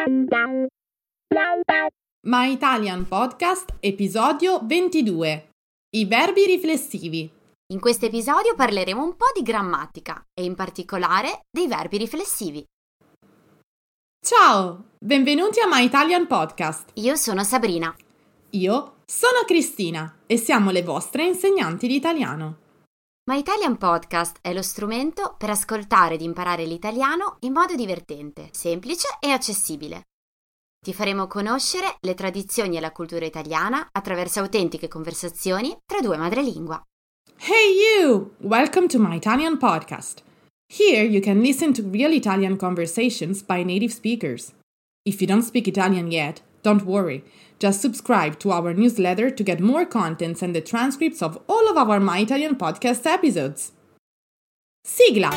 My Italian Podcast, episodio 22. I verbi riflessivi. In questo episodio parleremo un po' di grammatica e in particolare dei verbi riflessivi. Ciao, benvenuti a My Italian Podcast. Io sono Sabrina. Io sono Cristina e siamo le vostre insegnanti di italiano. My Italian Podcast è lo strumento per ascoltare ed imparare l'italiano in modo divertente, semplice e accessibile. Ti faremo conoscere le tradizioni e la cultura italiana attraverso autentiche conversazioni tra due madrelingua. Hey you! Welcome to My Italian Podcast. Here you can listen to real Italian conversations by native speakers. If you don't speak Italian yet, don't worry. Just subscribe to our newsletter to get more contents and the transcripts of all of our My Italian Podcast episodes. Sigla!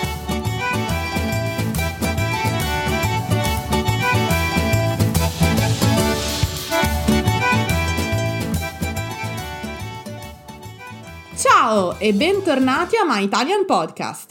Ciao e bentornati a My Italian Podcast.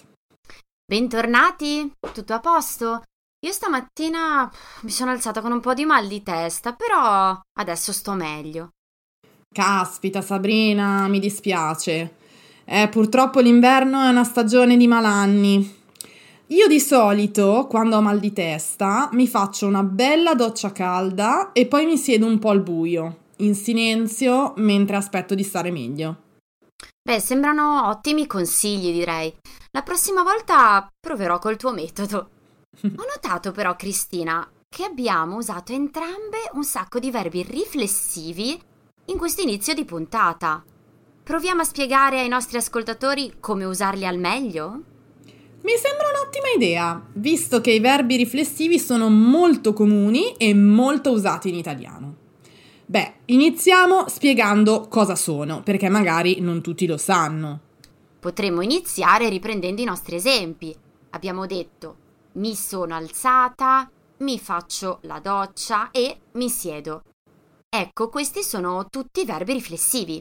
Bentornati, tutto a posto? Io stamattina mi sono alzata con un po' di mal di testa, però adesso sto meglio. Caspita Sabrina, mi dispiace. Purtroppo l'inverno è una stagione di malanni. Io di solito, quando ho mal di testa, mi faccio una bella doccia calda e poi mi siedo un po' al buio, in silenzio, mentre aspetto di stare meglio. Beh, sembrano ottimi consigli, direi. La prossima volta proverò col tuo metodo. Ho notato però, Cristina, che abbiamo usato entrambe un sacco di verbi riflessivi in questo inizio di puntata. Proviamo a spiegare ai nostri ascoltatori come usarli al meglio? Mi sembra un'ottima idea, visto che i verbi riflessivi sono molto comuni e molto usati in italiano. Beh, iniziamo spiegando cosa sono, perché magari non tutti lo sanno. Potremmo iniziare riprendendo i nostri esempi. Abbiamo detto mi sono alzata, mi faccio la doccia e mi siedo. Ecco, questi sono tutti verbi riflessivi.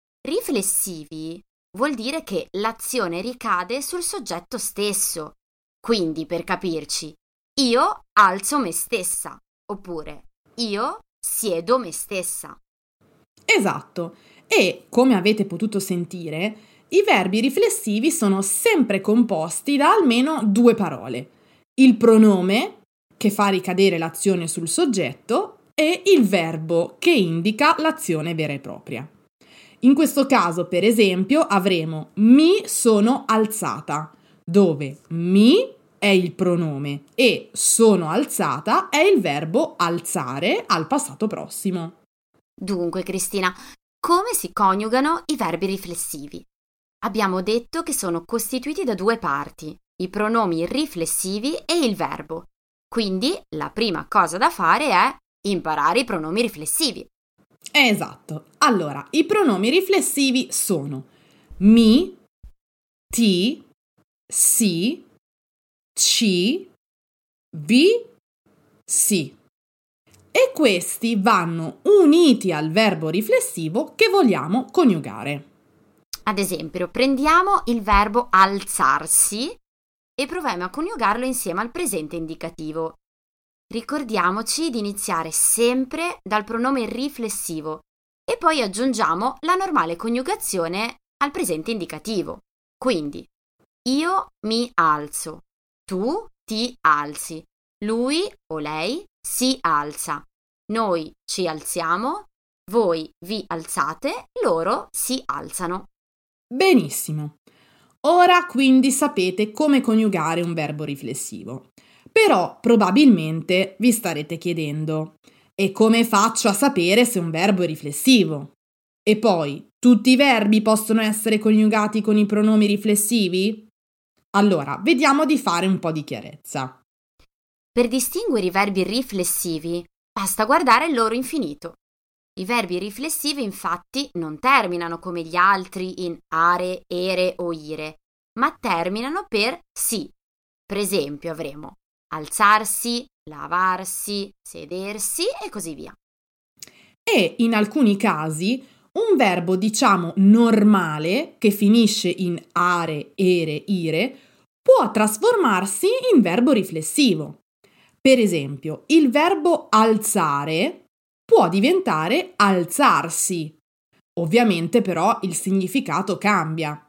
Riflessivi vuol dire che l'azione ricade sul soggetto stesso. Quindi, per capirci, io alzo me stessa, oppure io siedo me stessa. Esatto. E, come avete potuto sentire, i verbi riflessivi sono sempre composti da almeno due parole. Il pronome, che fa ricadere l'azione sul soggetto, e il verbo, che indica l'azione vera e propria. In questo caso, per esempio, avremo mi sono alzata, dove mi è il pronome e sono alzata è il verbo alzare al passato prossimo. Dunque, Cristina, come si coniugano i verbi riflessivi? Abbiamo detto che sono costituiti da due parti, i pronomi riflessivi e il verbo. Quindi la prima cosa da fare è imparare i pronomi riflessivi. Esatto. Allora, i pronomi riflessivi sono mi, ti, si, ci, vi, si. E questi vanno uniti al verbo riflessivo che vogliamo coniugare. Ad esempio, prendiamo il verbo alzarsi e proviamo a coniugarlo insieme al presente indicativo. Ricordiamoci di iniziare sempre dal pronome riflessivo e poi aggiungiamo la normale coniugazione al presente indicativo. Quindi, io mi alzo, tu ti alzi, lui o lei si alza, noi ci alziamo, voi vi alzate, loro si alzano. Benissimo. Ora quindi sapete come coniugare un verbo riflessivo. Però probabilmente vi starete chiedendo: e come faccio a sapere se un verbo è riflessivo? E poi, tutti i verbi possono essere coniugati con i pronomi riflessivi? Allora, vediamo di fare un po' di chiarezza. Per distinguere i verbi riflessivi, basta guardare il loro infinito. I verbi riflessivi infatti non terminano come gli altri in are, ere o ire, ma terminano per si. Per esempio avremo alzarsi, lavarsi, sedersi e così via. E in alcuni casi un verbo diciamo normale che finisce in are, ere, ire può trasformarsi in verbo riflessivo. Per esempio, il verbo alzare può diventare alzarsi. Ovviamente però il significato cambia.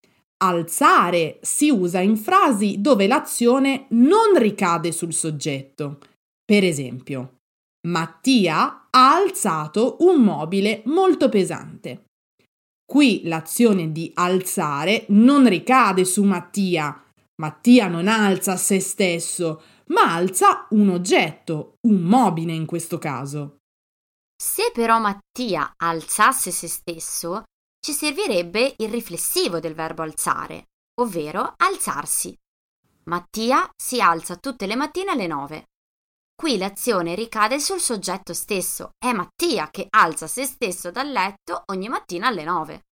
Alzare si usa in frasi dove l'azione non ricade sul soggetto. Per esempio, Mattia ha alzato un mobile molto pesante. Qui l'azione di alzare non ricade su Mattia. Mattia non alza se stesso, ma alza un oggetto, un mobile in questo caso. Se però Mattia alzasse se stesso, ci servirebbe il riflessivo del verbo alzare, ovvero alzarsi. Mattia si alza tutte le mattine alle 9. Qui l'azione ricade sul soggetto stesso. È Mattia che alza se stesso dal letto ogni mattina alle 9.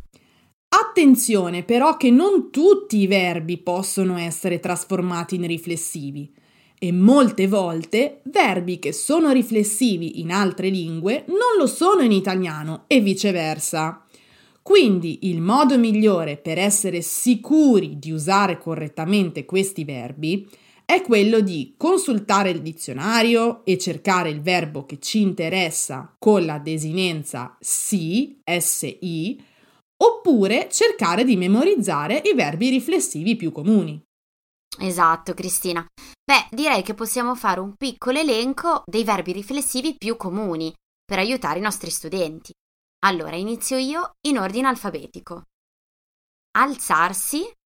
Attenzione però che non tutti i verbi possono essere trasformati in riflessivi e molte volte verbi che sono riflessivi in altre lingue non lo sono in italiano e viceversa. Quindi il modo migliore per essere sicuri di usare correttamente questi verbi è quello di consultare il dizionario e cercare il verbo che ci interessa con la desinenza si, si, oppure cercare di memorizzare i verbi riflessivi più comuni. Esatto, Cristina. Direi che possiamo fare un piccolo elenco dei verbi riflessivi più comuni per aiutare i nostri studenti. Allora, inizio io in ordine alfabetico. Alzarsi,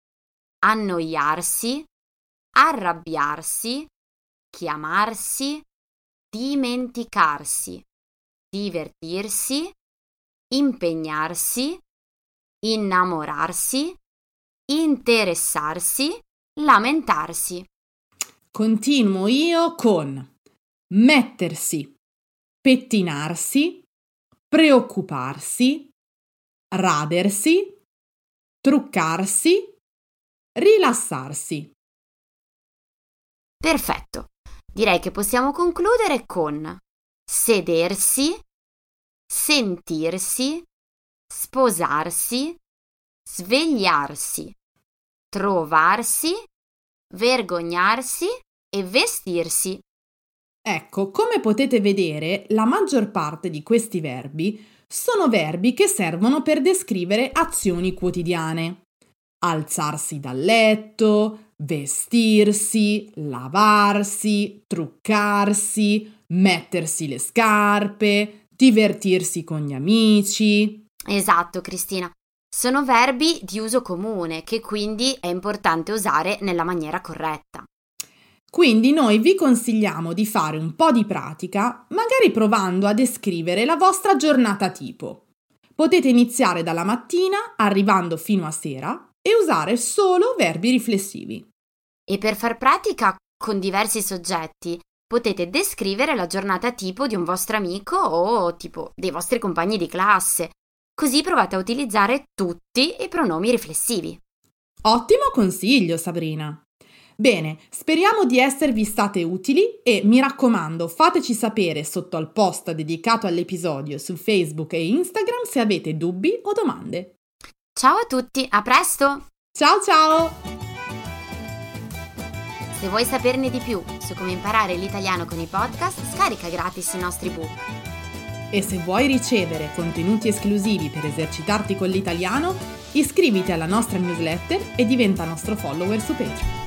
annoiarsi, arrabbiarsi, chiamarsi, dimenticarsi, divertirsi, impegnarsi, innamorarsi, interessarsi, lamentarsi. Continuo io con mettersi, pettinarsi, preoccuparsi, radersi, truccarsi, rilassarsi. Perfetto. Direi che possiamo concludere con sedersi, sentirsi, sposarsi, svegliarsi, trovarsi, vergognarsi e vestirsi. Ecco, come potete vedere, la maggior parte di questi verbi sono verbi che servono per descrivere azioni quotidiane. Alzarsi dal letto, vestirsi, lavarsi, truccarsi, mettersi le scarpe, divertirsi con gli amici. Esatto, Cristina. Sono verbi di uso comune che quindi è importante usare nella maniera corretta. Quindi noi vi consigliamo di fare un po' di pratica, magari provando a descrivere la vostra giornata tipo. Potete iniziare dalla mattina, arrivando fino a sera, e usare solo verbi riflessivi. E per far pratica con diversi soggetti, potete descrivere la giornata tipo di un vostro amico o tipo dei vostri compagni di classe. Così provate a utilizzare tutti i pronomi riflessivi. Ottimo consiglio, Sabrina! Bene, speriamo di esservi state utili e mi raccomando, fateci sapere sotto al post dedicato all'episodio su Facebook e Instagram se avete dubbi o domande. Ciao a tutti, a presto! Ciao ciao! Se vuoi saperne di più su come imparare l'italiano con i podcast, scarica gratis i nostri book. E se vuoi ricevere contenuti esclusivi per esercitarti con l'italiano, iscriviti alla nostra newsletter e diventa nostro follower su Patreon.